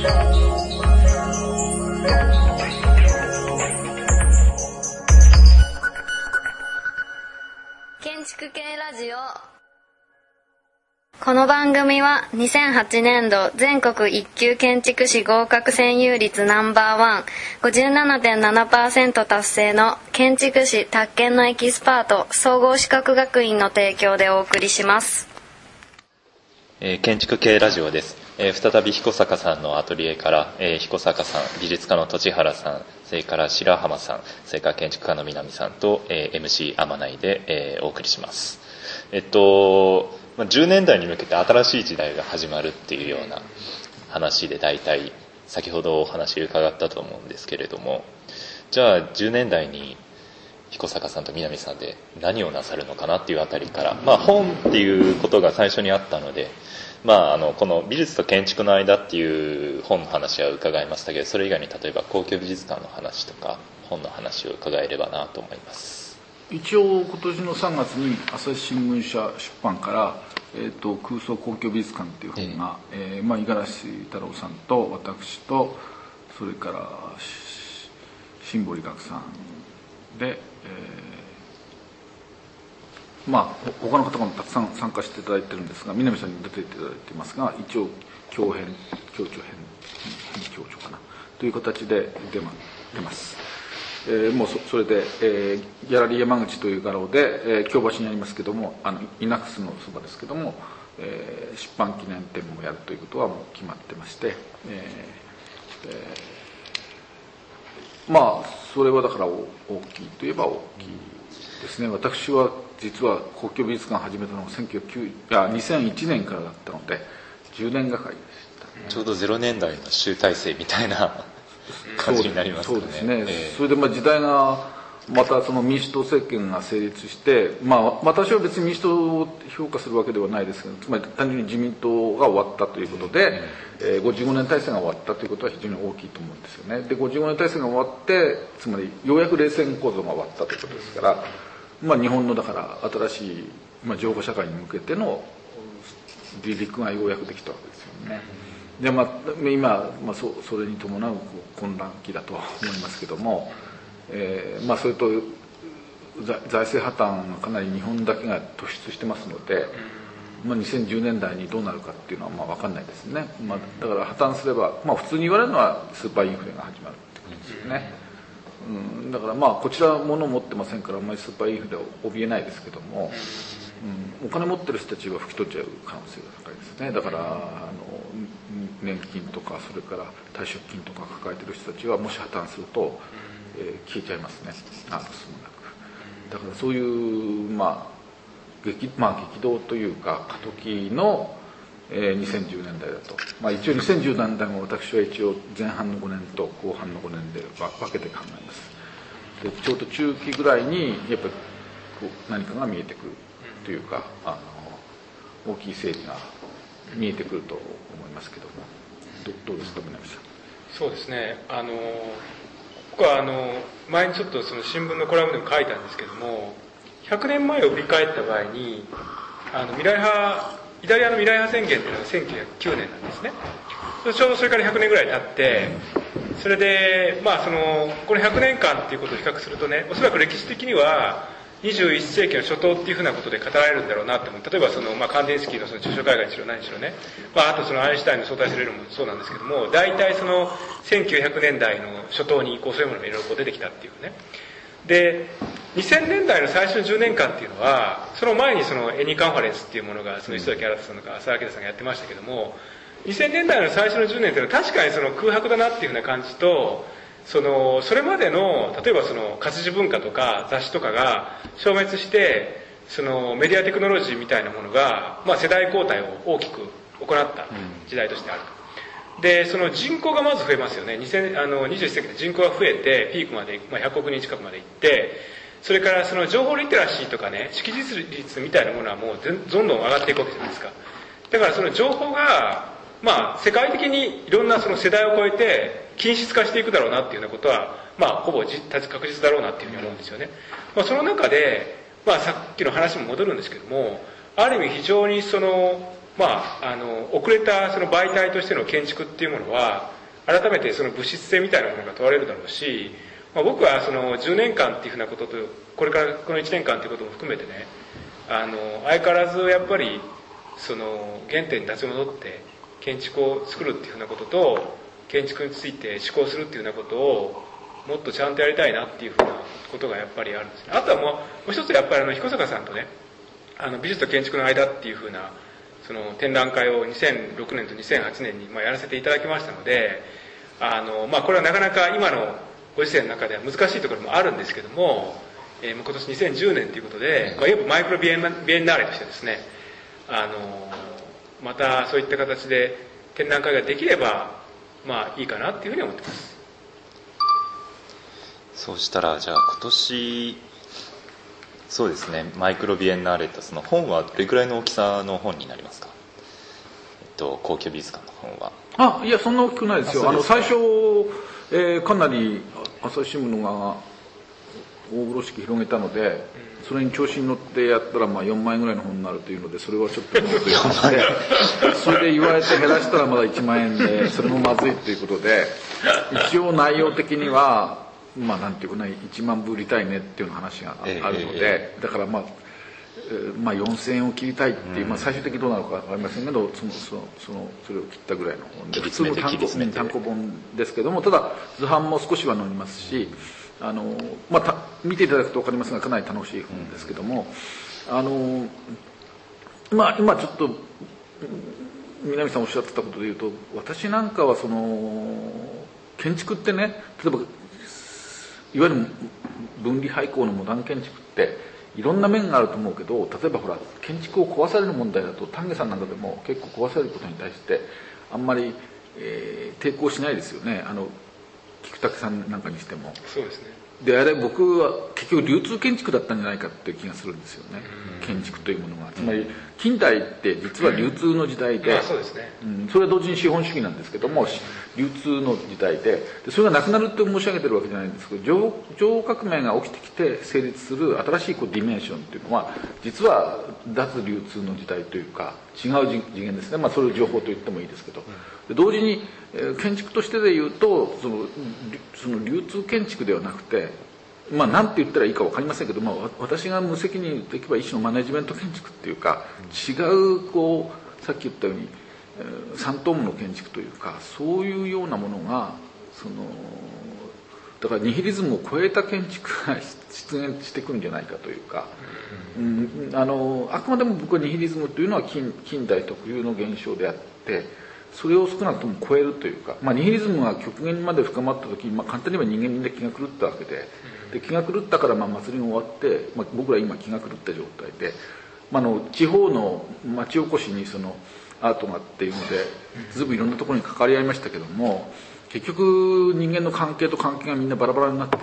建築系ラジオ。この番組は2008年度全国一級建築士合格占有率ナンバーワン 57.7% 達成の建築士宅建のエキスパート総合資格学院の提供でお送りします。 建築系ラジオです。再び彦坂さんのアトリエから、彦坂さん、美術家の栃原さん、それから白浜さん、それから建築家の南さんと、MC 天内で、お送りします。10年代に向けて新しい時代が始まるっていうような話で、大体先ほどお話伺ったと思うんですけれども、じゃあ10年代に彦坂さんと南さんで何をなさるのかなっていうあたりから、本っていうことが最初にあったので、この美術と建築の間っていう本の話は伺いましたけど、それ以外に例えば公共美術館の話とか本の話を伺えればなと思います。 一応今年の3月に朝日新聞社出版から、空想公共美術館っていう本が、五十嵐太郎さんと私とそれから新堀学さんで、他の方もたくさん参加していただいてるんですが、南さんに出ていただいていますが、一応共著編編共著かなという形で出ます。もうそれで、ギャラリー山口という画廊で、京橋にありますけども、イナックスのそばですけども、出版記念展もやるということはもう決まってまして、それはだから大きいといえば大きいですね。私は実は公共美術館を始めたのが2001年からだったので10年がかりでした、 ちょうど0年代の集大成みたいな感じになりますかね。 そうですね、それで時代がまたその民主党政権が成立して、私は別に民主党を評価するわけではないですけど、つまり単純に自民党が終わったということで、55年体制が終わったということは非常に大きいと思うんですよね。で55年体制が終わって、つまりようやく冷戦構造が終わったということですから、日本のだから新しい、情報社会に向けての離陸がようやくできたわけですよね。で今、それに伴う混乱期だとは思いますけども、それと財政破綻がかなり日本だけが突出してますので、2010年代にどうなるかっていうのは分かんないですね。だから破綻すれば、普通に言われるのはスーパーインフレが始まるってことですよね。だからこちらは物を持ってませんから、あんまりスーパーインフレは怯えないですけども、お金持ってる人たちは吹き取っちゃう可能性が高いですね。だから年金とかそれから退職金とか抱えてる人たちはもし破綻すると、消えちゃいますね、進むなく。だからそういう激動というか過渡期の、2010年代だと、一応2010年代も私は一応前半の5年と後半の5年で分けて考えます。でちょうど中期ぐらいにやっぱり何かが見えてくるというか、大きい政治が見えてくると思いますけども、どうですか南さん。 そうですね、僕は前にちょっとその新聞のコラムでも書いたんですけども、100年前を振り返った場合にイタリアの未来派宣言というのが1909年なんですね。ちょうどそれから100年ぐらい経って、それでこの100年間っていうことを比較するとね、おそらく歴史的には21世紀の初頭っていうふうなことで語られるんだろうなって思う。例えばカンデンスキーの抽象絵画にしろ何にしろね、あとアインシュタインの相対性理論もそうなんですけども、大体1900年代の初頭にそういうものがいろいろ出てきたっていうね。で2000年代の最初の10年間っていうのは、その前にエニーカンファレンスっていうものが磯崎新さんとか浅田明さんがやってましたけども、2000年代の最初の10年っていうのは確かに空白だなっていうふうな感じと、それまでの例えば活字文化とか雑誌とかが消滅して、メディアテクノロジーみたいなものが、世代交代を大きく行った時代としてあると。で人口がまず増えますよね。21世紀で人口が増えてピークまで、100億人近くまで行って、それから情報リテラシーとかね、識字率みたいなものはもうどんどん上がっていくわけじゃないですか。だから情報が世界的にいろんな世代を超えて均質化していくだろうなっていうようなことはほぼ確実だろうなっていうふうに思うんですよね。その中でさっきの話も戻るんですけども、ある意味非常に遅れた媒体としての建築っていうものは改めてその物質性みたいなものが問われるだろうし、僕はその10年間っていうふうなこととこれからこの1年間っていうことも含めてね、相変わらずやっぱりその原点に立ち戻って建築を作るっていうふうなことと建築について思考するっていうようなことをもっとちゃんとやりたいなっていうふうなことがやっぱりあるんですね。あとはもう一つやっぱり彦坂さんとね、美術と建築の間っていうふうなその展覧会を2006年と2008年にやらせていただきましたので、これはなかなか今のご時世の中では難しいところもあるんですけども、今年2010年ということで、いわばマイクロビエンナーレとしてですね、またそういった形で展覧会ができればいいかなっていうふうに思ってます。 そうしたらじゃあ今年そうですね、マイクロビエンナーレとその本はどれくらいの大きさの本になりますか？皇居美術館の本は。 いやそんな大きくないですよ。最初、かなり朝日新聞が大風呂敷広げたので、それに調子に乗ってやったら4枚ぐらいの本になるというので、それはちょっとまずいのでそれで言われて減らしたらまだ1万円で、それもまずいということで、一応内容的にはなんていうかね、1万部売りたいねっていう話があるので、だから4000円を切りたいっていう、最終的にどうなのか分かりませんけど、それを切ったぐらいの本で、普通の単行本ですけども、ただ図版も少しは載りますし、見ていただくと分かりますが、かなり楽しい本ですけども、今ちょっと南さんおっしゃってたことでいうと、私なんかはその建築ってね、例えばいわゆる分離廃校のモダン建築っていろんな面があると思うけど、例えばほら建築を壊される問題だと、丹下さんなんかでも結構壊されることに対してあんまり、抵抗しないですよね。菊竹さんなんかにしても。 そうですね。 であれ、僕は結局流通建築だったんじゃないかっていう気がするんですよね、建築というものが。つまり近代って実は流通の時代で、 そうですね、 それは同時に資本主義なんですけども、流通の時代で、それがなくなるって申し上げてるわけじゃないんですけど、情報革命が起きてきて成立する新しいディメンションっていうのは、実は脱流通の時代というか違う次元ですね。それを情報と言ってもいいですけど、で同時に建築としてでいうと、その流通建築ではなくて、なんて言ったらいいか分かりませんけど、私が無責任に言っていけば一種のマネジメント建築っていうか、違うさっき言ったように三等の建築というか、そういうようなものがだからニヒリズムを超えた建築が出現してくるんじゃないかというか、あくまでも僕はニヒリズムというのは近代特有の現象であって、それを少なくとも超えるというか、ニヒリズムが極限まで深まった時に、簡単に言えば人間みんな気が狂ったわけで、気が狂ったから祭りが終わって、僕ら今気が狂った状態で、地方の町おこしにそのアートがっていうのでずいぶんいろんなところに関わり合いましたけども、結局人間の関係と関係がみんなバラバラになっていって、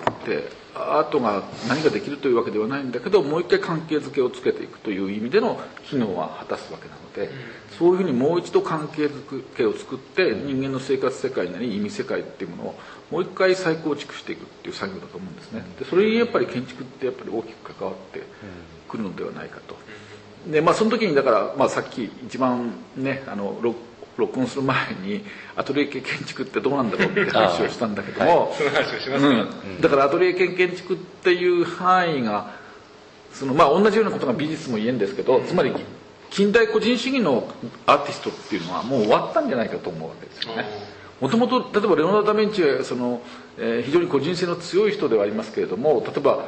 アートが何ができるというわけではないんだけど、もう一回関係づけをつけていくという意味での機能は果たすわけなので、そういうふうにもう一度関係づけを作って、人間の生活世界なり意味世界っていうものをもう一回再構築していくっていう作業だと思うんですね。でそれにやっぱり建築ってやっぱり大きく関わってくるのではないかと。でその時にだから、さっき一番ね録音する前にアトリエ系建築ってどうなんだろうって話をしたんだけども、 その話をしますね、 だからアトリエ系建築っていう範囲が同じようなことが美術も言えるんですけど、つまり近代個人主義のアーティストっていうのはもう終わったんじゃないかと思うわけですよね。もともと例えばレオナルド・ダ・ヴィンチは非常に個人性の強い人ではありますけれども、例えば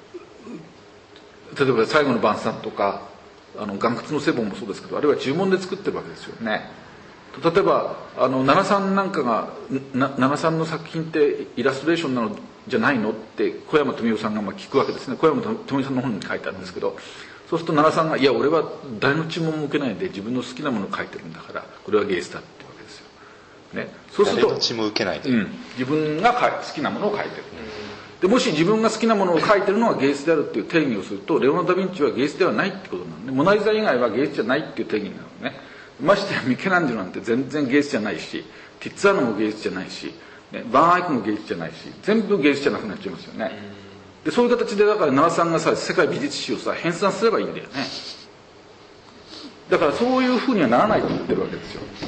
最後の晩餐とか岩窟のセボンもそうですけど、あれは注文で作ってるわけですよね。例えば奈良さんなんかが奈良さんの作品ってイラストレーションなのじゃないのって小山富夫さんが聞くわけですね。小山富夫さんの本に書いてあるんですけど、そうすると奈良さんが「いや俺は誰の注文も受けないで自分の好きなものを書いてるんだからこれは芸術だ」っていうわけですよ、ね、そうすると誰の注文を受けないで、 自分が好きなものを書いてる、でもし自分が好きなものを書いてるのが芸術であるっていう定義をすると、レオナルド・ダ・ヴィンチは芸術ではないってことなのね。モナリザ以外は芸術じゃないっていう定義になるのね。ましてやミケランジェロなんて全然芸術じゃないし、ティッツァーノも芸術じゃないし、バーンアイクも芸術じゃないし、全部芸術じゃなくなっちゃいますよね。でそういう形でだから奈良さんが世界美術史を編纂すればいいんだよね。だからそういうふうにはならないと言ってるわけですよ。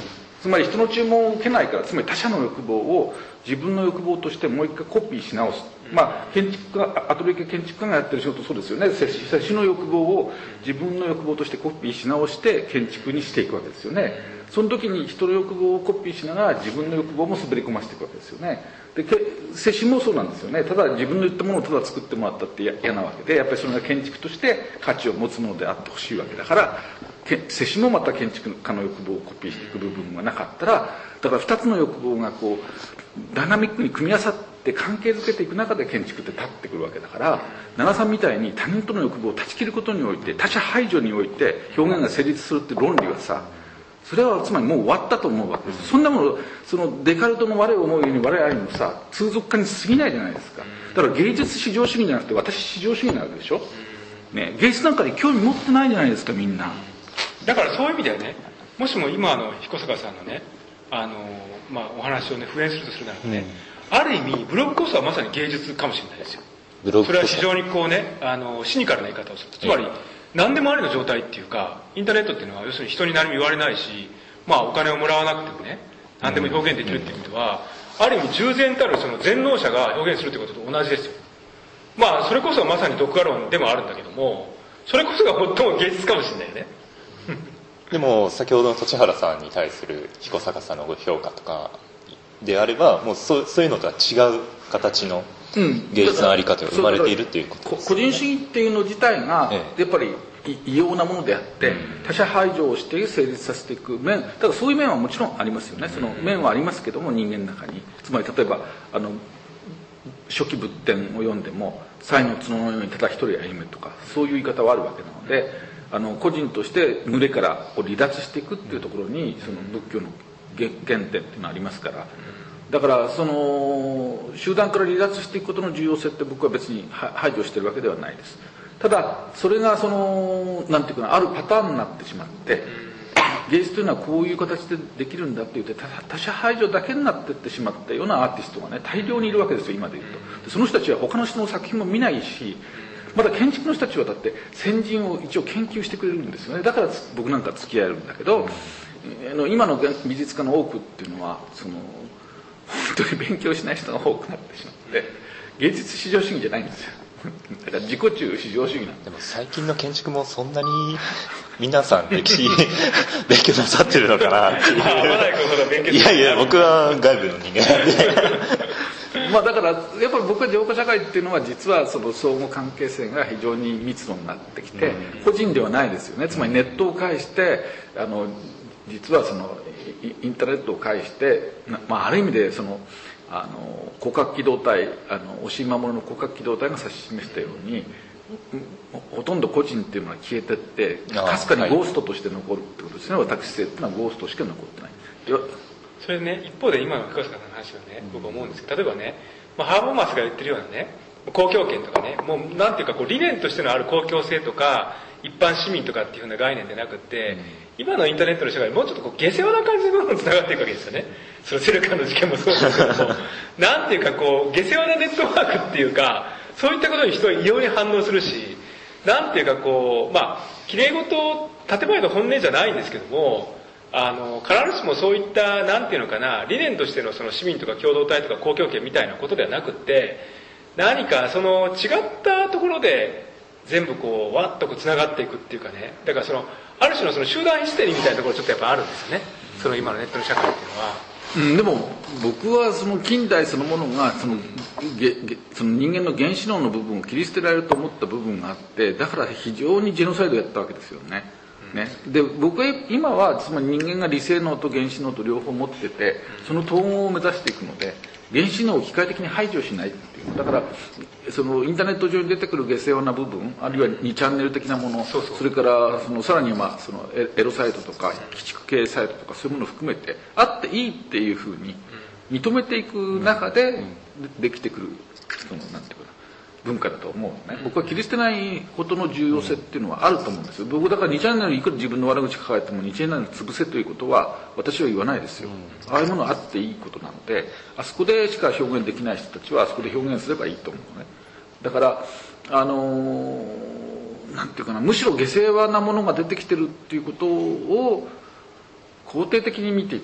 つまり人の注文を受けないから、つまり他者の欲望を自分の欲望としてもう一回コピーし直す。建築家、アトリエ建築家がやってる仕事そうですよね。接しの欲望を自分の欲望としてコピーし直して建築にしていくわけですよね。その時に人の欲望をコピーしながら自分の欲望も滑り込ませていくわけですよね。で、接しもそうなんですよね。ただ自分の言ったものをただ作ってもらったって嫌なわけで、やっぱりそれが建築として価値を持つものであってほしいわけだから、接しもまた建築家の欲望をコピーしていく部分がなかったら、だから二つの欲望がこうダイナミックに組み合わさって関係づけていく中で建築って立ってくるわけだから、奈良さんみたいに他人との欲望を断ち切ることにおいて、他者排除において表現が成立するって論理はさ、それはつまりもう終わったと思うわけです。そんなもの、そのデカルトの我を思うように我ありもさ、通俗化に過ぎないじゃないですか。だから芸術至上主義じゃなくて私至上主義なわけでしょ。ね、芸術なんかに興味持ってないじゃないですか、みんな。 だからそういう意味ではね、もしも今彦坂さんのね、お話をね、復元するとするならね、ある意味ブログこそはまさに芸術かもしれないですよ。それは非常にこうね、シニカルな言い方をする。つまり、何でもありの状態っていうか、インターネットっていうのは要するに人に何も言われないし、お金をもらわなくてもね、何でも表現できるっていうことは、ある意味従前たるその全能者が表現するってことと同じですよ。それこそまさに読画論でもあるんだけども、それこそが最も芸術かもしれないよね。 でも先ほどの栃原さんに対する彦坂さんのご評価とかであれば、もうそういうのとは違う形の芸術のあり方が生まれているっていうことですね。 個人主義っていうの自体がやっぱり異様なものであって、他者排除をして成立させていく面、だからそういう面はもちろんありますよね。その面はありますけども、人間の中に、つまり例えば初期仏典を読んでも才の角のようにただ一人歩めとか、そういう言い方はあるわけなので、個人として群れから離脱していくっていうところにその仏教の原点っていうのはありますから、だからその集団から離脱していくことの重要性って僕は別に排除してるわけではないです。ただそれがそのなんていうかな、あるパターンになってしまって、芸術というのはこういう形でできるんだって言って他者排除だけになっていってしまったようなアーティストがね、大量にいるわけですよ、今で言うと。その人たちは他の人の作品も見ないし、まだ建築の人たちはだって先人を一応研究してくれるんですよね。だから僕なんか付き合えるんだけど、今の美術家の多くっていうのはその本当に勉強しない人が多くなってしまって、芸術至上主義じゃないんですよ。だから自己中至上主義なんでも最近の建築もそんなに皆さん歴史勉強なさってるのかなっていう。いやいや、僕は外部の人間なんで。 だからやっぱり僕は浄化社会っていうのは実はその相互関係性が非常に密度になってきて、個人ではないですよね。つまりネットを介して実はそのインターネットを介してある意味でその広角機動隊押井守の広角機動隊が指し示したように、ほとんど個人っていうのは消えてってかすかにゴーストとして残るってことですね。私性っていうのはゴーストしか残ってない。 それね、一方で今の深坂さんの話はね、僕思うんですけど、例えばね、ハーボンマスが言ってるようなね、公共権とかね、もうなんていうかこう理念としてのある公共性とか一般市民とかっていうふうな概念でなくって、今のインターネットの社会もうちょっとこう下世話な感じでどんどん繋がっていくわけですよね。そのセルカの事件もそうですけども、なんていうかこう下世話なネットワークっていうか、そういったことに人は異様に反応するし、なんていうかこう綺麗事建前の本音じゃないんですけども、必ずしもそういったなんていうのかな、理念としてのその市民とか共同体とか公共権みたいなことではなくって、何かその違ったところで全部こうわっとこうつながっていくっていうかね、だからそのある種のその集団ヒステリーみたいなところちょっとやっぱあるんですよね、その今のネットの社会っていうのは。 でも僕はその近代そのものがその人間の原始論の部分を切り捨てられると思った部分があって、だから非常にジェノサイドをやったわけですよね。で僕は今はつまり人間が理性脳と原始脳と両方持ってて、その統合を目指していくので、原始脳を機械的に排除しないっていう。だからそのインターネット上に出てくる下世話な部分、あるいは2チャンネル的なもの、それからそのさらにはそのエロサイトとか鬼畜系サイトとかそういうものを含めてあっていいっていうふうに認めていく中でできてくるそのなんていうかな文化だと思うね。僕は切り捨てないことの重要性っていうのはあると思うんですよ。僕だから2チャンネルいくら自分の悪口抱えても2チャンネル潰せということは私は言わないですよ。ああいうものあっていいことなので、あそこでしか表現できない人たちはあそこで表現すればいいと思うのね。だからなんていうかな、むしろ下世話なものが出てきてるっていうことを肯定的に見ていくっていうの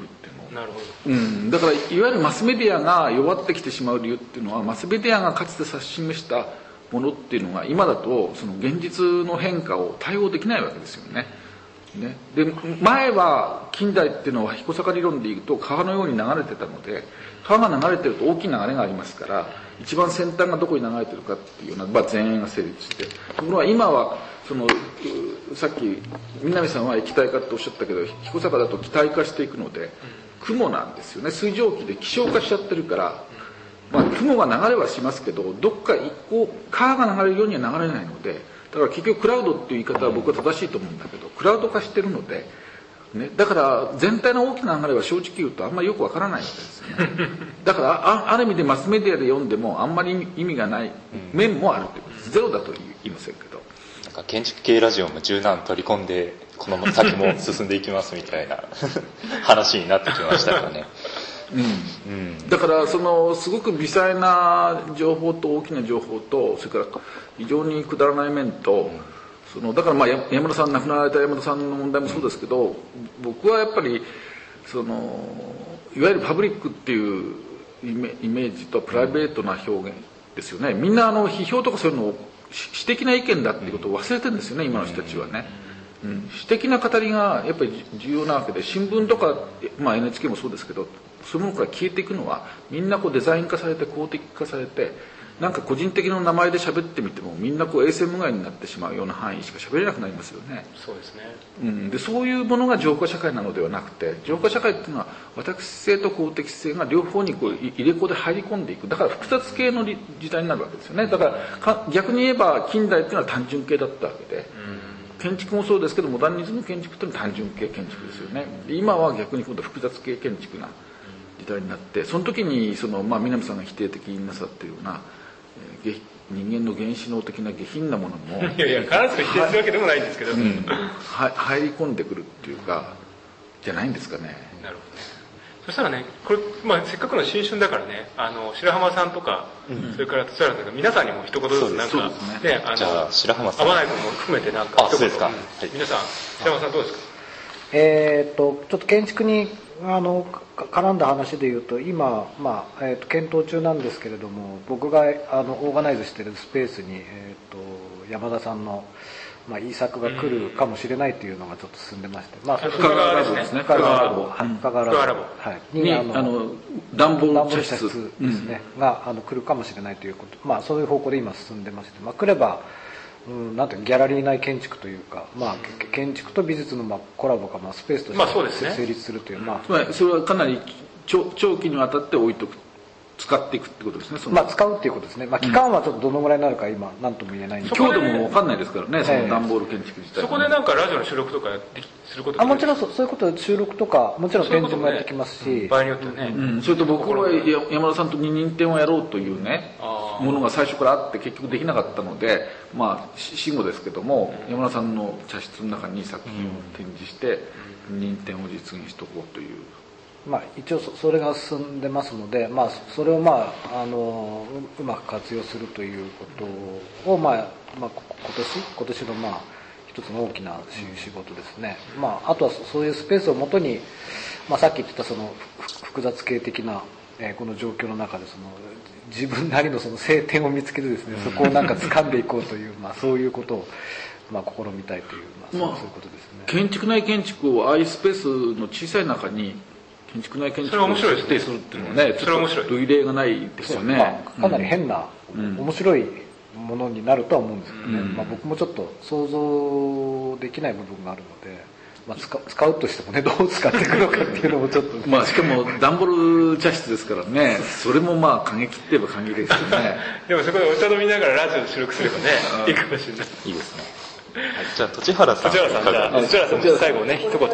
なるほだからいわゆるマスメディアが弱ってきてしまう理由っていうのは、マスメディアがかつて指し示したものっていうのが今だとその現実の変化を対応できないわけですよね。で前は近代っていうのは彦坂理論でいうと川のように流れてたので、川が流れてると大きい流れがありますから、一番先端がどこに流れてるかっていうような、前縁が成立して、ところが今はそのさっき南さんは液体化っておっしゃったけど、彦坂だと気体化していくので雲なんですよね。水蒸気で気象化しちゃってるから、雲が流れはしますけど、どっか一個川が流れるようには流れないので、だから結局クラウドっていう言い方は僕は正しいと思うんだけど、クラウド化してるので、だから全体の大きな流れは正直言うとあんまりよくわからないわけですよね。だからある意味でマスメディアで読んでもあんまり意味がない面もあるということです。ゼロだとは言いませんけど、 なんか建築系ラジオも柔軟取り込んでこの先も進んでいきますみたいな話になってきましたからね。 だからそのすごく微細な情報と大きな情報と、それから非常にくだらない面と、だから山田さん、亡くなられた山田さんの問題もそうですけど、僕はやっぱりいわゆるパブリックっていうイメージとプライベートな表現ですよね。みんな批評とかそういうのを私的な意見だっていうことを忘れてるんですよね、今の人たちはね。私的な語りがやっぱり重要なわけで、新聞とか、NHK もそうですけど、そういうものから消えていくのは、みんなデザイン化されて公的化されて、なんか個人的な名前で喋ってみてもみんな衛生無害になってしまうような範囲しか喋れなくなりますよね。 そうですね。 でそういうものが浄化社会なのではなくて、浄化社会っていうのは私性と公的性が両方に入れ子で入り込んでいく。だから複雑系の時代になるわけですよね。だから逆に言えば近代っていうのは単純系だったわけで、建築もそうですけど、モダニズム建築っていうのは単純系建築ですよね。今は逆に今度複雑系建築な時代になって、その時に南さんが否定的になさっているような人間の原始脳的な下品なものもいや必ず否定するわけでもないんですけど、 入り込んでくるっていうかじゃないんですかね。 なるほどね。そしたらね、これ、せっかくの新春だからね、白浜さんとか、それから土原さんが皆さんにも一言ずつなんかね、 じゃあ白浜さん、 合わないことも含めてなんかそうですか、 皆さん白浜さんどうですか。 ちょっと建築に絡んだ話でいうと、今、検討中なんですけれども、僕がオーガナイズしているスペースに、山田さんの、いい作が来るかもしれないというのがちょっと進んでまして、 深川ラボですね。深川ラボ、に暖房茶室ですね、が来るかもしれないということ、そういう方向で今進んでまして、来ればなんていうギャラリー内建築というか、建築と美術のコラボがスペースとして成立するという、 つまりそれはかなり長期にわたって置いとく、使っていくってことですね。 使うっていうことですね。期間はちょっとどのぐらいになるか今何とも言えないんですけど、 強度も分かんないですからね、その段ボール建築自体。 そこでなんかラジオの収録とかすることもちろんそういうことで収録とか、もちろん展示もやってきますし、 場合によってね。 それと僕は山田さんと二人展をやろうというねものが最初からあって結局できなかったので、死後ですけども、山田さんの茶室の中に作品を展示して二人展を実現しておこうという。 一応それが進んでますので、それをうまく活用するということを、今年の一つの大きな仕事ですね。あとはそういうスペースをもとに、さっき言ってたその複雑系的な、この状況の中で自分なりのその聖典を見つけてですね、そこをなんか掴んでいこうという、そういうことを試みたいという、そういうことですね。 建築内建築をああいうスペースの小さい中に建築内建築を設定するっていうのはね、ちょっと類例がないですよね。 かなり変な、面白いものになるとは思うんですけどね、僕もちょっと想像できない部分があるので、使うとしてもね、どう使っていくのかっていうのもちょっと、 しかも段ボール茶室ですからね、それも過激って言えば過激ですよね。 でもそこでお茶飲みながらラジオ収録すればね、いいかもしれない。 いいですね。じゃあ土原さん、 土原さんも最後ね、一言。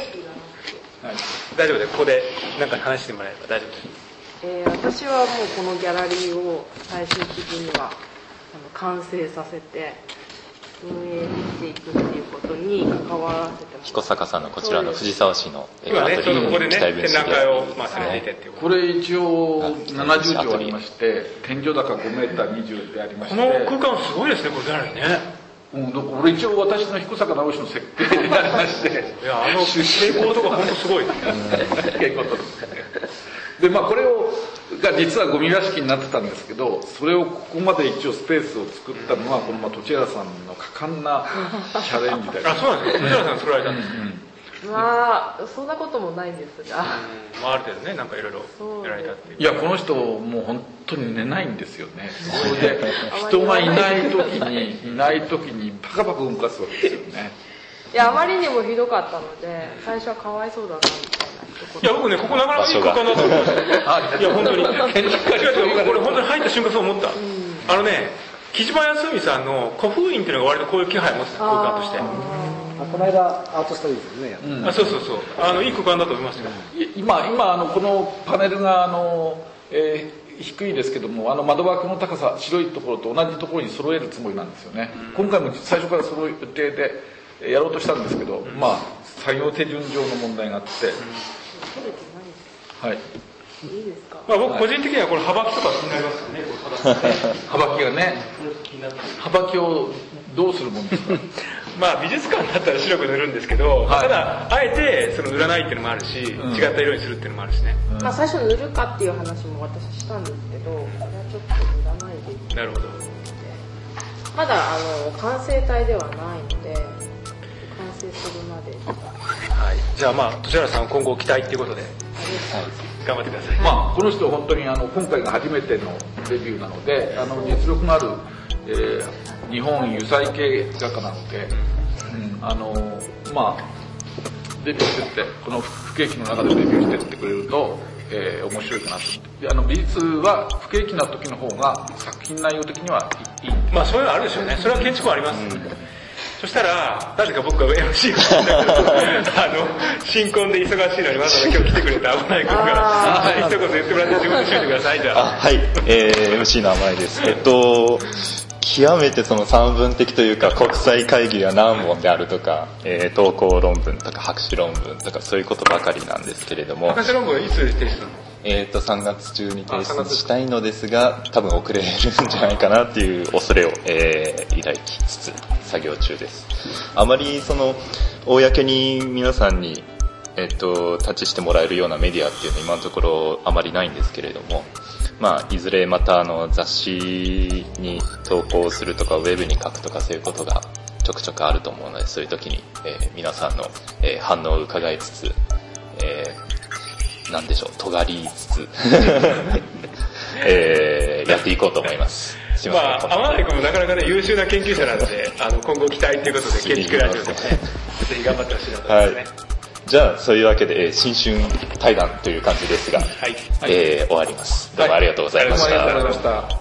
大丈夫で、ここで何か話してもらえば大丈夫です。私はもうこのギャラリーを最終的には完成させて運営していくっていうことに関わらせてます。 彦坂さんのこちらの藤沢市の今ね、ちょうどここでね、展覧会をされていてっていうこれ一応70畳ありまして、天井高5メーター20でありまして、 この空間すごいですね、これギャラリーね。 俺一応私の彦坂直しの設計になりましていや蛍光とか本当すごい蛍光とでこれが実はゴミ屋敷になってたんですけど、それをここまで一応スペースを作ったのはこの栃原さんの果敢なチャレンジであ、そうなんですね。栃原さん作られたんですそんなこともないんですが、 ある程度ね、なんかいろいろやられたっていう。 いや、この人もう本当に寝ないんですよね。それで人がいない時にパカパカ動かすわけですよね。 いや、あまりにもひどかったので最初はかわいそうだなみたいな。 いや、僕ね、ここなかなかいい空間だと思いました。いや、本当に。これ本当に入った瞬間そう思った。木島康文さんの古風院っていうのが割とこういう気配を持ってた空間として。 この間アートスタディーズね、 そうそうそう、いい空間だと思いますよ。 今このパネルが低いですけども、窓枠の高さ、白いところと同じところに揃えるつもりなんですよね。今回も最初から揃う予定でやろうとしたんですけど、作業手順上の問題があって、はい。 いいですか。 僕個人的にはこれ幅木とか気になりますよね。 幅木がね、幅木をどうするもんですか。 美術館だったら白く塗るんですけど、ただあえて塗らないっていうのもあるし、違った色にするっていうのもあるしね。 最初塗るかっていう話も私したんですけど、これはちょっと塗らないでいい。 なるほど。 まだ完成体ではないので、完成するまで。 はい。じゃあ栃原さん今後期待っていうことで、頑張ってください。 この人は本当に今回が初めてのデビューなので、実力のある、日本油彩系画家なので、デビューしてって、この不景気の中でデビューしてってくれると、面白いかなと。美術は不景気な時の方が作品内容的にはいい。 そういうのあるでしょうね。それは建築もあります。そしたら、なぜか僕が MC をしたんだけど、新婚で忙しいのにわざわざ今日来てくれた甘い君が、一言言ってもらって自分で締めてください、じゃあ。 はい、MC の甘いです。極めて散文的というか、国際会議が何本であるとか、投稿論文とか博士論文とかそういうことばかりなんですけれども。 博士論文はいつ提出なの ？3月中に提出したいのですが、多分遅れるんじゃないかなっていう恐れを、抱きつつ作業中です。あまり公に皆さんにタッチしてもらえるようなメディアっていうのは今のところあまりないんですけれども、いずれまた雑誌に投稿するとかウェブに書くとかそういうことがちょくちょくあると思うので、そういう時に、皆さんの、反応を伺いつつ、なんでしょう、尖りつつやっていこうと思います。すいません。 天内君もなかなかね優秀な研究者なので、今後期待ということで建築ラジオでね、ぜひ頑張ってほしいなと思いますね。 じゃあそういうわけで、新春対談という感じですが、終わります。どうもありがとうございました。 ありがとうございました。